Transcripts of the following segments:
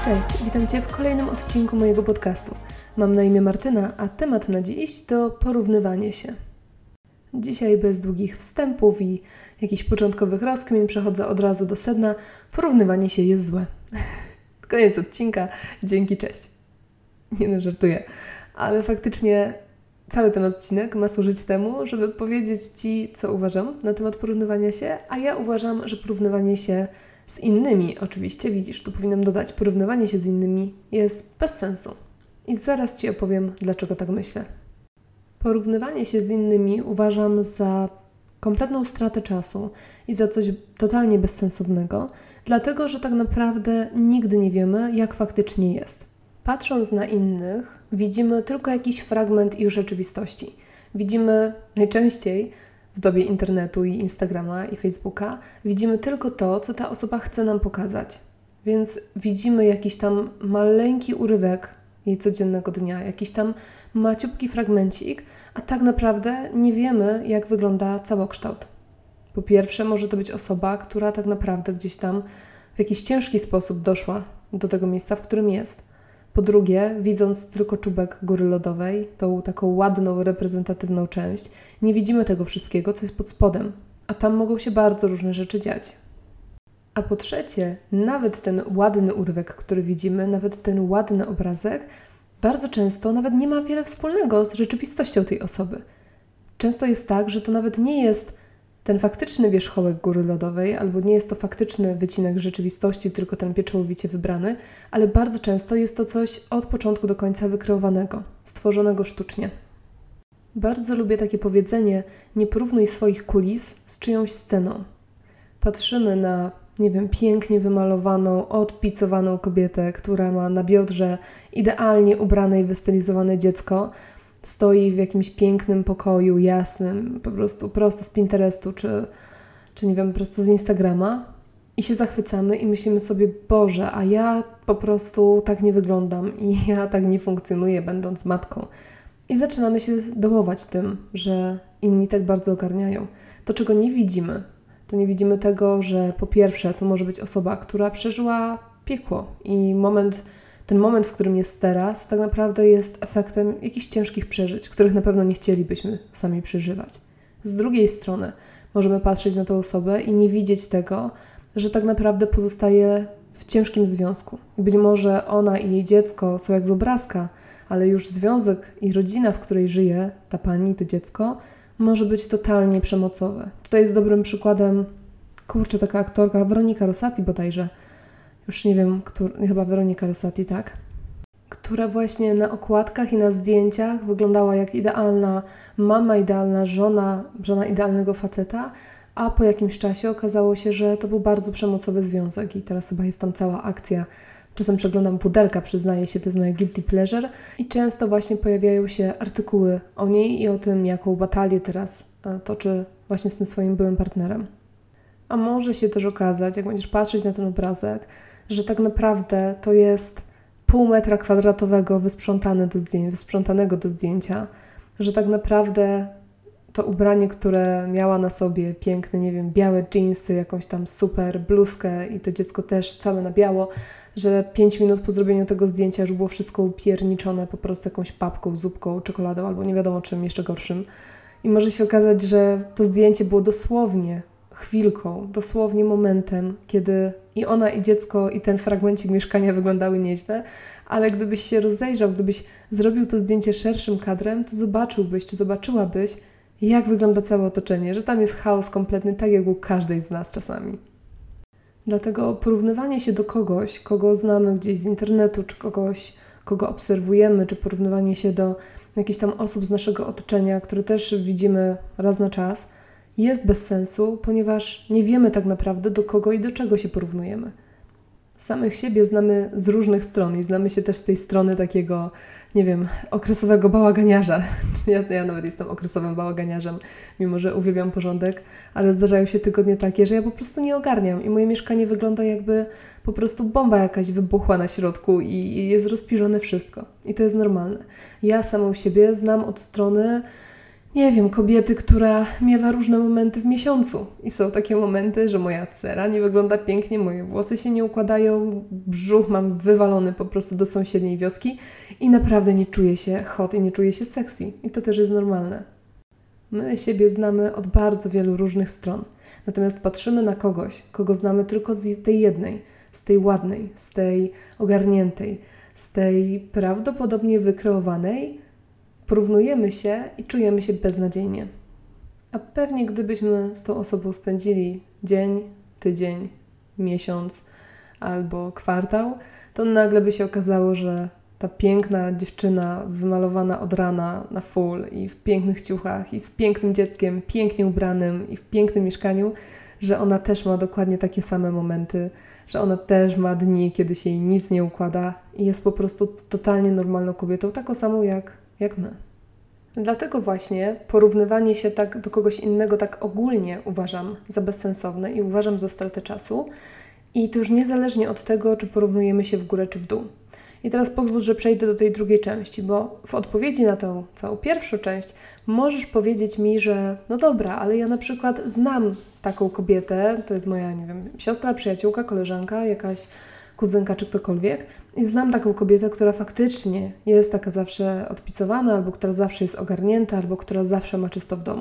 Cześć, witam Cię w kolejnym odcinku mojego podcastu. Mam na imię Martyna, a temat na dziś to porównywanie się. Dzisiaj bez długich wstępów i jakichś początkowych rozkmin przechodzę od razu do sedna. Porównywanie się jest złe. Koniec odcinka, dzięki, cześć. Nie no, żartuję, ale faktycznie cały ten odcinek ma służyć temu, żeby powiedzieć Ci, co uważam na temat porównywania się, a ja uważam, że porównywanie się z innymi, oczywiście, widzisz, tu powinnam dodać, porównywanie się z innymi jest bez sensu. I zaraz Ci opowiem, dlaczego tak myślę. Porównywanie się z innymi uważam za kompletną stratę czasu i za coś totalnie bezsensownego, dlatego, że tak naprawdę nigdy nie wiemy, jak faktycznie jest. Patrząc na innych, widzimy tylko jakiś fragment ich rzeczywistości. Widzimy najczęściej w dobie internetu i Instagrama i Facebooka, widzimy tylko to, co ta osoba chce nam pokazać. Więc widzimy jakiś tam maleńki urywek jej codziennego dnia, jakiś tam maciupki fragmencik, a tak naprawdę nie wiemy, jak wygląda całokształt. Po pierwsze, może to być osoba, która tak naprawdę gdzieś tam w jakiś ciężki sposób doszła do tego miejsca, w którym jest. Po drugie, widząc tylko czubek góry lodowej, tą taką ładną, reprezentatywną część, nie widzimy tego wszystkiego, co jest pod spodem, a tam mogą się bardzo różne rzeczy dziać. A po trzecie, nawet ten ładny urywek, który widzimy, nawet ten ładny obrazek, bardzo często nawet nie ma wiele wspólnego z rzeczywistością tej osoby. Często jest tak, że to nawet nie jest ten faktyczny wierzchołek góry lodowej, albo nie jest to faktyczny wycinek rzeczywistości, tylko ten pieczołowicie wybrany, ale bardzo często jest to coś od początku do końca wykreowanego, stworzonego sztucznie. Bardzo lubię takie powiedzenie: nie porównuj swoich kulis z czyjąś sceną. Patrzymy na, pięknie wymalowaną, odpicowaną kobietę, która ma na biodrze idealnie ubrane i wystylizowane dziecko, stoi w jakimś pięknym pokoju, jasnym, po prostu prosto z Pinterestu, czy prosto z Instagrama i się zachwycamy i myślimy sobie: Boże, a ja po prostu tak nie wyglądam i ja tak nie funkcjonuję, będąc matką. I zaczynamy się dołować tym, że inni tak bardzo ogarniają. To, czego nie widzimy, to nie widzimy tego, że po pierwsze to może być osoba, która przeżyła piekło i ten moment, w którym jest teraz, tak naprawdę jest efektem jakichś ciężkich przeżyć, których na pewno nie chcielibyśmy sami przeżywać. Z drugiej strony możemy patrzeć na tę osobę i nie widzieć tego, że tak naprawdę pozostaje w ciężkim związku. Być może ona i jej dziecko są jak z obrazka, ale już związek i rodzina, w której żyje ta pani, to dziecko, może być totalnie przemocowe. Tutaj jest dobrym przykładem, taka aktorka, Weronika Rosati bodajże, już nie wiem, chyba Weronika Rosati, tak? Która właśnie na okładkach i na zdjęciach wyglądała jak idealna mama, idealna żona idealnego faceta, a po jakimś czasie okazało się, że to był bardzo przemocowy związek i teraz chyba jest tam cała akcja. Czasem przeglądam Pudelka, przyznaję się, to jest moje guilty pleasure i często właśnie pojawiają się artykuły o niej i o tym, jaką batalię teraz toczy właśnie z tym swoim byłym partnerem. A może się też okazać, jak będziesz patrzeć na ten obrazek, że tak naprawdę to jest pół metra kwadratowego wysprzątanego do zdjęcia, że tak naprawdę to ubranie, które miała na sobie, piękne, białe dżinsy, jakąś tam super bluzkę i to dziecko też całe na biało, że 5 minut po zrobieniu tego zdjęcia już było wszystko upierniczone po prostu jakąś papką, zupką, czekoladą albo nie wiadomo czym jeszcze gorszym. I może się okazać, że to zdjęcie było dosłownie chwilką, dosłownie momentem, kiedy i ona, i dziecko, i ten fragmencik mieszkania wyglądały nieźle, ale gdybyś się rozejrzał, gdybyś zrobił to zdjęcie szerszym kadrem, to zobaczyłbyś, czy zobaczyłabyś, jak wygląda całe otoczenie, że tam jest chaos kompletny, tak jak u każdej z nas czasami. Dlatego porównywanie się do kogoś, kogo znamy gdzieś z internetu, czy kogoś, kogo obserwujemy, czy porównywanie się do jakichś tam osób z naszego otoczenia, które też widzimy raz na czas, jest bez sensu, ponieważ nie wiemy tak naprawdę, do kogo i do czego się porównujemy. Samych siebie znamy z różnych stron i znamy się też z tej strony takiego, okresowego bałaganiarza. Ja nawet jestem okresowym bałaganiarzem, mimo że uwielbiam porządek, ale zdarzają się tygodnie takie, że ja po prostu nie ogarniam i moje mieszkanie wygląda jakby po prostu bomba jakaś wybuchła na środku i jest rozpiżone wszystko. I to jest normalne. Ja samą siebie znam od strony nie wiem, kobiety, która miewa różne momenty w miesiącu. I są takie momenty, że moja cera nie wygląda pięknie, moje włosy się nie układają, brzuch mam wywalony po prostu do sąsiedniej wioski i naprawdę nie czuję się hot i nie czuję się sexy. I to też jest normalne. My siebie znamy od bardzo wielu różnych stron. Natomiast patrzymy na kogoś, kogo znamy tylko z tej jednej, z tej ładnej, z tej ogarniętej, z tej prawdopodobnie wykreowanej, porównujemy się i czujemy się beznadziejnie. A pewnie gdybyśmy z tą osobą spędzili dzień, tydzień, miesiąc albo kwartał, to nagle by się okazało, że ta piękna dziewczyna wymalowana od rana na full i w pięknych ciuchach i z pięknym dzieckiem, pięknie ubranym i w pięknym mieszkaniu, że ona też ma dokładnie takie same momenty, że ona też ma dni, kiedy się jej nic nie układa i jest po prostu totalnie normalną kobietą, taką samą jak my. Dlatego właśnie porównywanie się tak do kogoś innego tak ogólnie uważam za bezsensowne i uważam za stratę czasu i to już niezależnie od tego, czy porównujemy się w górę czy w dół. I teraz pozwól, że przejdę do tej drugiej części, bo w odpowiedzi na tę całą pierwszą część możesz powiedzieć mi, że no dobra, ale ja na przykład znam taką kobietę, to jest moja, nie wiem, siostra, przyjaciółka, koleżanka, jakaś kuzynka czy ktokolwiek i znam taką kobietę, która faktycznie jest taka zawsze odpicowana, albo która zawsze jest ogarnięta, albo która zawsze ma czysto w domu.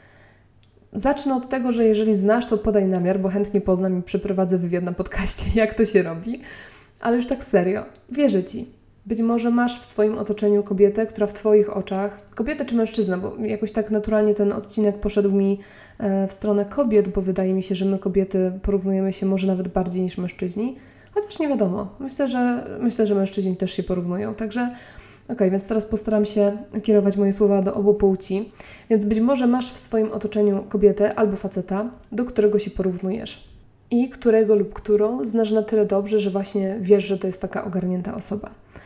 Zacznę od tego, że jeżeli znasz, to podaj namiar, bo chętnie poznam i przeprowadzę wywiad na podcaście, jak to się robi. Ale już tak serio, wierzę Ci. Być może masz w swoim otoczeniu kobietę, która w Twoich oczach, kobietę czy mężczyznę, bo jakoś tak naturalnie ten odcinek poszedł mi w stronę kobiet, bo wydaje mi się, że my kobiety porównujemy się może nawet bardziej niż mężczyźni, chociaż nie wiadomo. Myślę, że mężczyźni też się porównują, także okej, więc teraz postaram się kierować moje słowa do obu płci. Więc być może masz w swoim otoczeniu kobietę albo faceta, do którego się porównujesz. I którego lub którą znasz na tyle dobrze, że właśnie wiesz, że to jest taka ogarnięta osoba.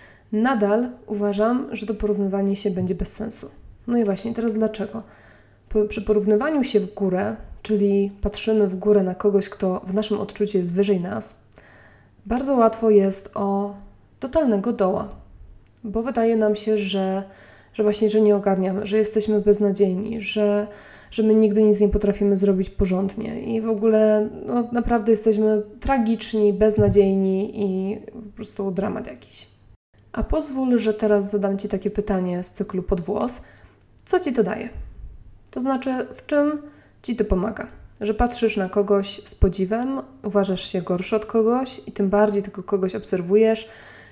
Nadal uważam, że to porównywanie się będzie bez sensu. No i właśnie, teraz dlaczego? Przy porównywaniu się w górę, czyli patrzymy w górę na kogoś, kto w naszym odczuciu jest wyżej nas, bardzo łatwo jest o totalnego doła. Bo wydaje nam się, że właśnie, że nie ogarniamy, że jesteśmy beznadziejni, że my nigdy nic nie potrafimy zrobić porządnie i w ogóle no, naprawdę jesteśmy tragiczni, beznadziejni i po prostu dramat jakiś. A pozwól, że teraz zadam Ci takie pytanie z cyklu Podwłos. Co Ci to daje? To znaczy, w czym Ci to pomaga? Że patrzysz na kogoś z podziwem, uważasz się gorszy od kogoś i tym bardziej tylko kogoś obserwujesz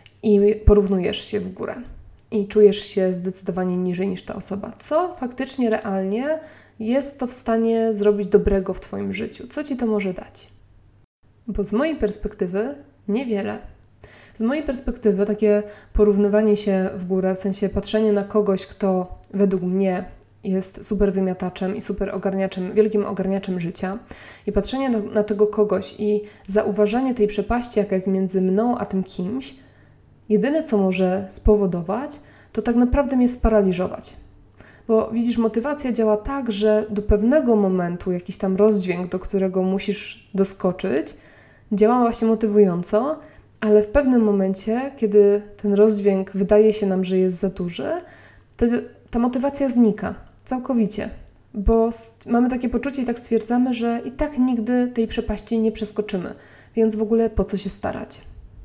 i porównujesz się w górę. I czujesz się zdecydowanie niżej niż ta osoba. Co faktycznie, realnie jest to w stanie zrobić dobrego w Twoim życiu? Co Ci to może dać? Bo z mojej perspektywy niewiele. Z mojej perspektywy takie porównywanie się w górę, w sensie patrzenie na kogoś, kto według mnie jest super wymiataczem i super ogarniaczem, wielkim ogarniaczem życia i patrzenie na tego kogoś i zauważanie tej przepaści, jaka jest między mną a tym kimś, jedyne co może spowodować, to tak naprawdę mnie sparaliżować. Bo widzisz, motywacja działa tak, że do pewnego momentu jakiś tam rozdźwięk, do którego musisz doskoczyć, działa właśnie motywująco, ale w pewnym momencie, kiedy ten rozdźwięk wydaje się nam, że jest za duży, to ta motywacja znika całkowicie, bo mamy takie poczucie i tak stwierdzamy, że i tak nigdy tej przepaści nie przeskoczymy, więc w ogóle po co się starać?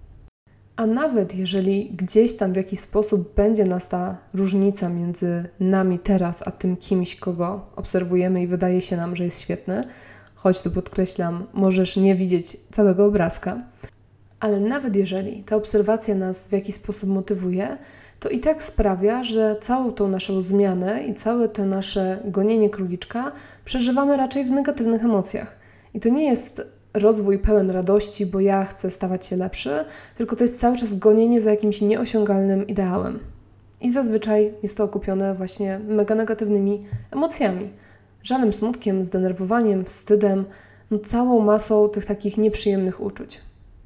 A nawet jeżeli gdzieś tam w jakiś sposób będzie nas ta różnica między nami teraz, a tym kimś, kogo obserwujemy i wydaje się nam, że jest świetny, choć tu podkreślam, możesz nie widzieć całego obrazka, ale nawet jeżeli ta obserwacja nas w jakiś sposób motywuje, to i tak sprawia, że całą tą naszą zmianę i całe to nasze gonienie króliczka przeżywamy raczej w negatywnych emocjach. I to nie jest rozwój pełen radości, bo ja chcę stawać się lepszy, tylko to jest cały czas gonienie za jakimś nieosiągalnym ideałem. I zazwyczaj jest to okupione właśnie mega negatywnymi emocjami. Żalem, smutkiem, zdenerwowaniem, wstydem, całą masą tych takich nieprzyjemnych uczuć.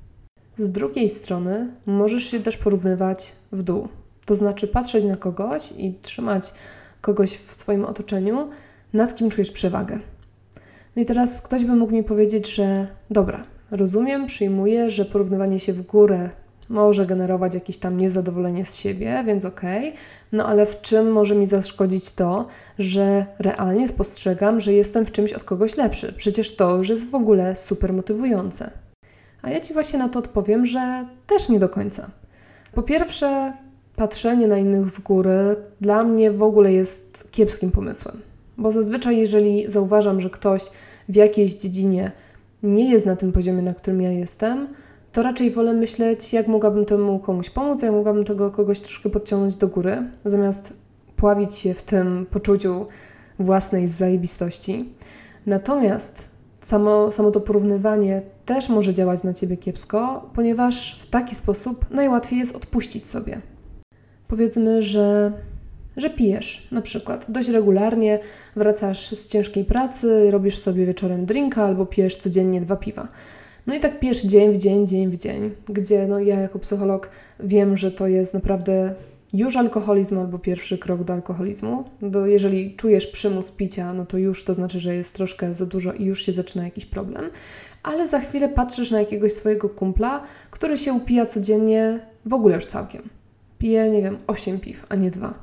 Z drugiej strony możesz się też porównywać w dół. To znaczy patrzeć na kogoś i trzymać kogoś w swoim otoczeniu, nad kim czujesz przewagę. No i teraz ktoś by mógł mi powiedzieć, że dobra, rozumiem, przyjmuję, że porównywanie się w górę może generować jakieś tam niezadowolenie z siebie, więc okej. No ale w czym może mi zaszkodzić to, że realnie spostrzegam, że jestem w czymś od kogoś lepszy? Przecież to już jest w ogóle super motywujące. A ja Ci właśnie na to odpowiem, że też nie do końca. Po pierwsze, patrzenie na innych z góry dla mnie w ogóle jest kiepskim pomysłem. Bo zazwyczaj, jeżeli zauważam, że ktoś w jakiejś dziedzinie nie jest na tym poziomie, na którym ja jestem, to raczej wolę myśleć, jak mogłabym temu komuś pomóc, jak mogłabym tego kogoś troszkę podciągnąć do góry, zamiast pławić się w tym poczuciu własnej zajebistości. Natomiast samo to porównywanie też może działać na Ciebie kiepsko, ponieważ w taki sposób najłatwiej jest odpuścić sobie. Powiedzmy, że pijesz na przykład dość regularnie, wracasz z ciężkiej pracy, robisz sobie wieczorem drinka albo pijesz codziennie 2 piwa. No i tak pijesz dzień w dzień, gdzie ja jako psycholog wiem, że to jest naprawdę już alkoholizm albo pierwszy krok do alkoholizmu. Jeżeli czujesz przymus picia, no to już to znaczy, że jest troszkę za dużo i już się zaczyna jakiś problem. Ale za chwilę patrzysz na jakiegoś swojego kumpla, który się upija codziennie w ogóle już całkiem. Pije, 8 piw, a nie 2.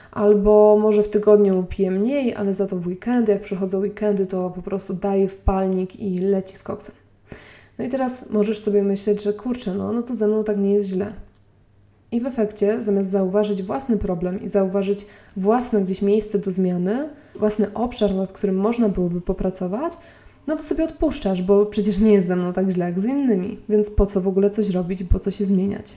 Albo może w tygodniu pije mniej, ale za to w weekendy, jak przychodzą weekendy, to po prostu daje w palnik i leci z koksem. No i teraz możesz sobie myśleć, że kurczę, no to ze mną tak nie jest źle. I w efekcie, zamiast zauważyć własny problem i zauważyć własne gdzieś miejsce do zmiany, własny obszar, nad którym można byłoby popracować, no to sobie odpuszczasz, bo przecież nie jest ze mną tak źle jak z innymi, więc po co w ogóle coś robić, po co się zmieniać?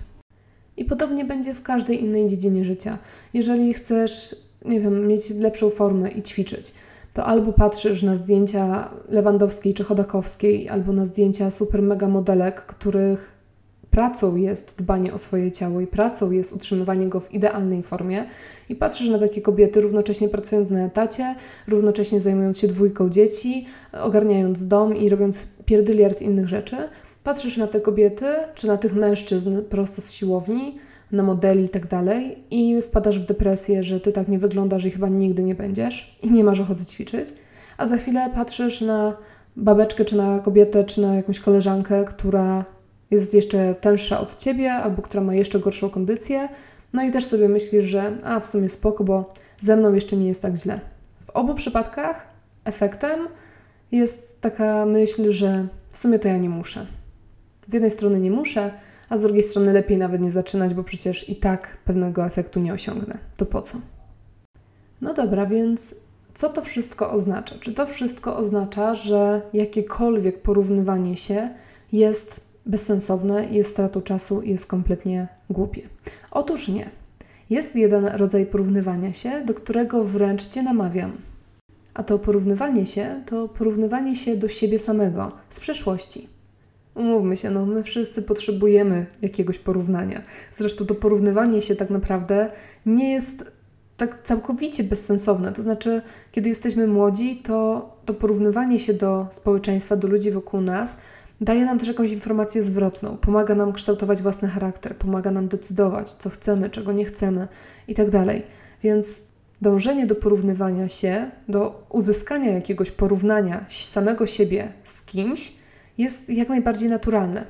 I podobnie będzie w każdej innej dziedzinie życia. Jeżeli chcesz, mieć lepszą formę i ćwiczyć, to albo patrzysz na zdjęcia Lewandowskiej czy Chodakowskiej, albo na zdjęcia super mega modelek, których pracą jest dbanie o swoje ciało i pracą jest utrzymywanie go w idealnej formie i patrzysz na takie kobiety równocześnie pracując na etacie, równocześnie zajmując się 2 dzieci, ogarniając dom i robiąc pierdyliard innych rzeczy. Patrzysz na te kobiety, czy na tych mężczyzn prosto z siłowni, na modeli i tak dalej i wpadasz w depresję, że Ty tak nie wyglądasz i chyba nigdy nie będziesz i nie masz ochoty ćwiczyć, a za chwilę patrzysz na babeczkę, czy na kobietę, czy na jakąś koleżankę, która jest jeszcze tęższa od Ciebie albo która ma jeszcze gorszą kondycję, no i też sobie myślisz, że w sumie spoko, bo ze mną jeszcze nie jest tak źle. W obu przypadkach efektem jest taka myśl, że w sumie to ja nie muszę. Z jednej strony nie muszę, a z drugiej strony lepiej nawet nie zaczynać, bo przecież i tak pewnego efektu nie osiągnę. To po co? No dobra, więc co to wszystko oznacza? Czy to wszystko oznacza, że jakiekolwiek porównywanie się jest bezsensowne, jest stratą czasu i jest kompletnie głupie? Otóż nie. Jest jeden rodzaj porównywania się, do którego wręcz Cię namawiam. A to porównywanie się do siebie samego, z przeszłości. Umówmy się, my wszyscy potrzebujemy jakiegoś porównania. Zresztą to porównywanie się tak naprawdę nie jest tak całkowicie bezsensowne. To znaczy, kiedy jesteśmy młodzi, to porównywanie się do społeczeństwa, do ludzi wokół nas daje nam też jakąś informację zwrotną, pomaga nam kształtować własny charakter, pomaga nam decydować, co chcemy, czego nie chcemy i tak dalej. Więc dążenie do porównywania się, do uzyskania jakiegoś porównania samego siebie z kimś jest jak najbardziej naturalne.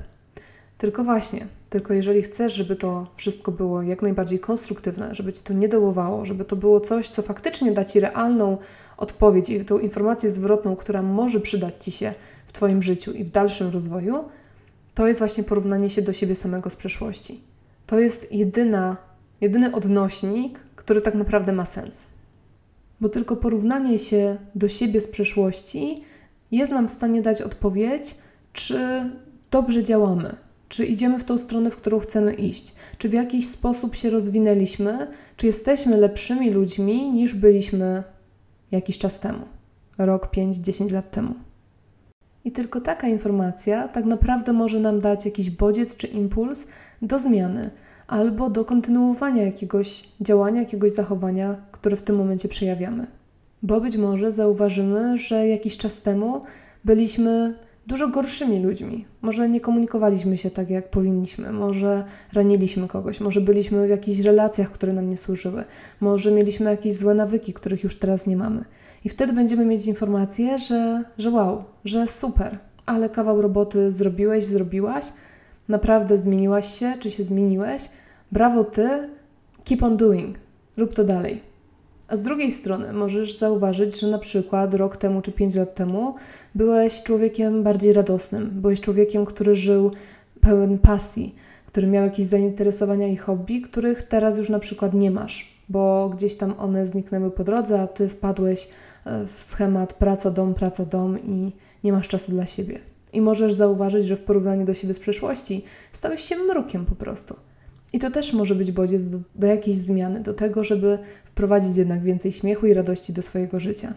Tylko jeżeli chcesz, żeby to wszystko było jak najbardziej konstruktywne, żeby Ci to nie dołowało, żeby to było coś, co faktycznie da Ci realną odpowiedź i tą informację zwrotną, która może przydać Ci się w Twoim życiu i w dalszym rozwoju, to jest właśnie porównanie się do siebie samego z przeszłości. To jest jedyny odnośnik, który tak naprawdę ma sens. Bo tylko porównanie się do siebie z przeszłości jest nam w stanie dać odpowiedź, czy dobrze działamy, czy idziemy w tą stronę, w którą chcemy iść, czy w jakiś sposób się rozwinęliśmy, czy jesteśmy lepszymi ludźmi niż byliśmy jakiś czas temu, rok, 5, 10 lat temu. I tylko taka informacja tak naprawdę może nam dać jakiś bodziec czy impuls do zmiany albo do kontynuowania jakiegoś działania, jakiegoś zachowania, które w tym momencie przejawiamy. Bo być może zauważymy, że jakiś czas temu byliśmy dużo gorszymi ludźmi. Może nie komunikowaliśmy się tak, jak powinniśmy. Może raniliśmy kogoś. Może byliśmy w jakichś relacjach, które nam nie służyły. Może mieliśmy jakieś złe nawyki, których już teraz nie mamy. I wtedy będziemy mieć informację, że wow, że super, ale kawał roboty zrobiłaś, naprawdę zmieniłaś się, czy się zmieniłeś, brawo ty, keep on doing, rób to dalej. A z drugiej strony możesz zauważyć, że na przykład rok temu czy 5 lat temu byłeś człowiekiem bardziej radosnym, byłeś człowiekiem, który żył pełen pasji, który miał jakieś zainteresowania i hobby, których teraz już na przykład nie masz, bo gdzieś tam one zniknęły po drodze, a ty wpadłeś w schemat praca, dom i nie masz czasu dla siebie. I możesz zauważyć, że w porównaniu do siebie z przeszłości stałeś się mrukiem po prostu. I to też może być bodziec do jakiejś zmiany, do tego, żeby wprowadzić jednak więcej śmiechu i radości do swojego życia.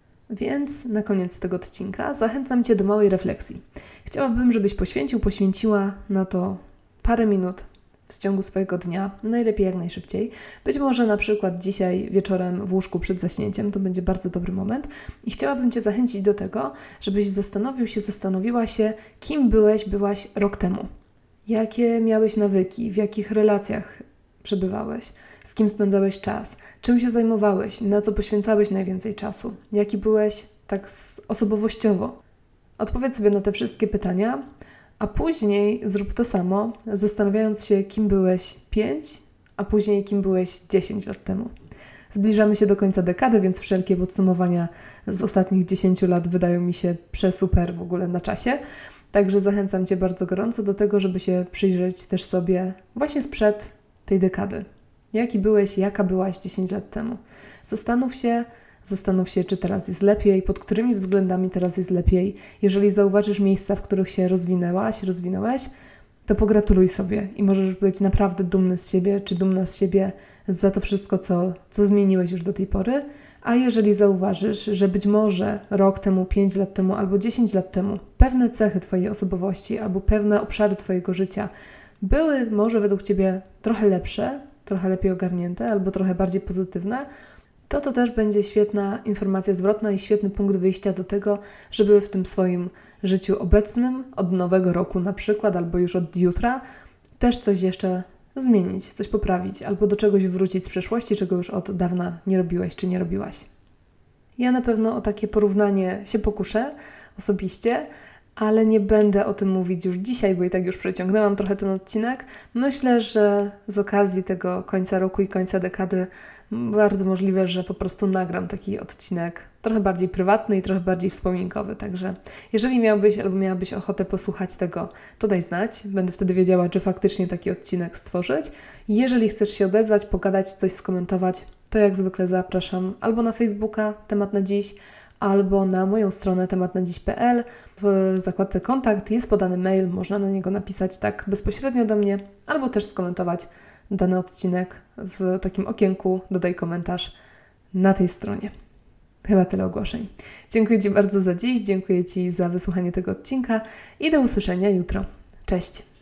Więc na koniec tego odcinka zachęcam Cię do małej refleksji. Chciałabym, żebyś poświęciła na to parę minut w ciągu swojego dnia, najlepiej jak najszybciej. Być może na przykład dzisiaj wieczorem w łóżku przed zaśnięciem, to będzie bardzo dobry moment. I chciałabym Cię zachęcić do tego, żebyś zastanowiła się, kim byłaś rok temu. Jakie miałeś nawyki, w jakich relacjach przebywałeś, z kim spędzałeś czas, czym się zajmowałeś, na co poświęcałeś najwięcej czasu, jaki byłeś tak osobowościowo. Odpowiedz sobie na te wszystkie pytania, a później zrób to samo, zastanawiając się, kim byłeś 5, a później kim byłeś 10 lat temu. Zbliżamy się do końca dekady, więc wszelkie podsumowania z ostatnich 10 lat wydają mi się przesuper w ogóle na czasie. Także zachęcam Cię bardzo gorąco do tego, żeby się przyjrzeć też sobie właśnie sprzed tej dekady. Jaki byłeś, jaka byłaś 10 lat temu. Zastanów się, czy teraz jest lepiej, pod którymi względami teraz jest lepiej. Jeżeli zauważysz miejsca, w których się rozwinąłeś, to pogratuluj sobie i możesz być naprawdę dumny z siebie, czy dumna z siebie za to wszystko, co zmieniłeś już do tej pory. A jeżeli zauważysz, że być może rok temu, 5 lat temu albo 10 lat temu pewne cechy Twojej osobowości albo pewne obszary Twojego życia były może według Ciebie trochę lepsze, trochę lepiej ogarnięte albo trochę bardziej pozytywne, to też będzie świetna informacja zwrotna i świetny punkt wyjścia do tego, żeby w tym swoim życiu obecnym, od nowego roku na przykład, albo już od jutra, też coś jeszcze zmienić, coś poprawić, albo do czegoś wrócić z przeszłości, czego już od dawna nie robiłeś czy nie robiłaś. Ja na pewno o takie porównanie się pokuszę osobiście, ale nie będę o tym mówić już dzisiaj, bo i tak już przeciągnęłam trochę ten odcinek. Myślę, że z okazji tego końca roku i końca dekady bardzo możliwe, że po prostu nagram taki odcinek trochę bardziej prywatny i trochę bardziej wspominkowy. Także jeżeli miałbyś albo miałabyś ochotę posłuchać tego, to daj znać. Będę wtedy wiedziała, czy faktycznie taki odcinek stworzyć. Jeżeli chcesz się odezwać, pogadać, coś skomentować, to jak zwykle zapraszam albo na Facebooka Temat na Dziś, albo na moją stronę tematnadziś.pl. W zakładce kontakt jest podany mail, można na niego napisać tak bezpośrednio do mnie, albo też skomentować dany odcinek w takim okienku dodaj komentarz na tej stronie. Chyba tyle ogłoszeń. Dziękuję Ci bardzo za dziś, dziękuję Ci za wysłuchanie tego odcinka i do usłyszenia jutro. Cześć!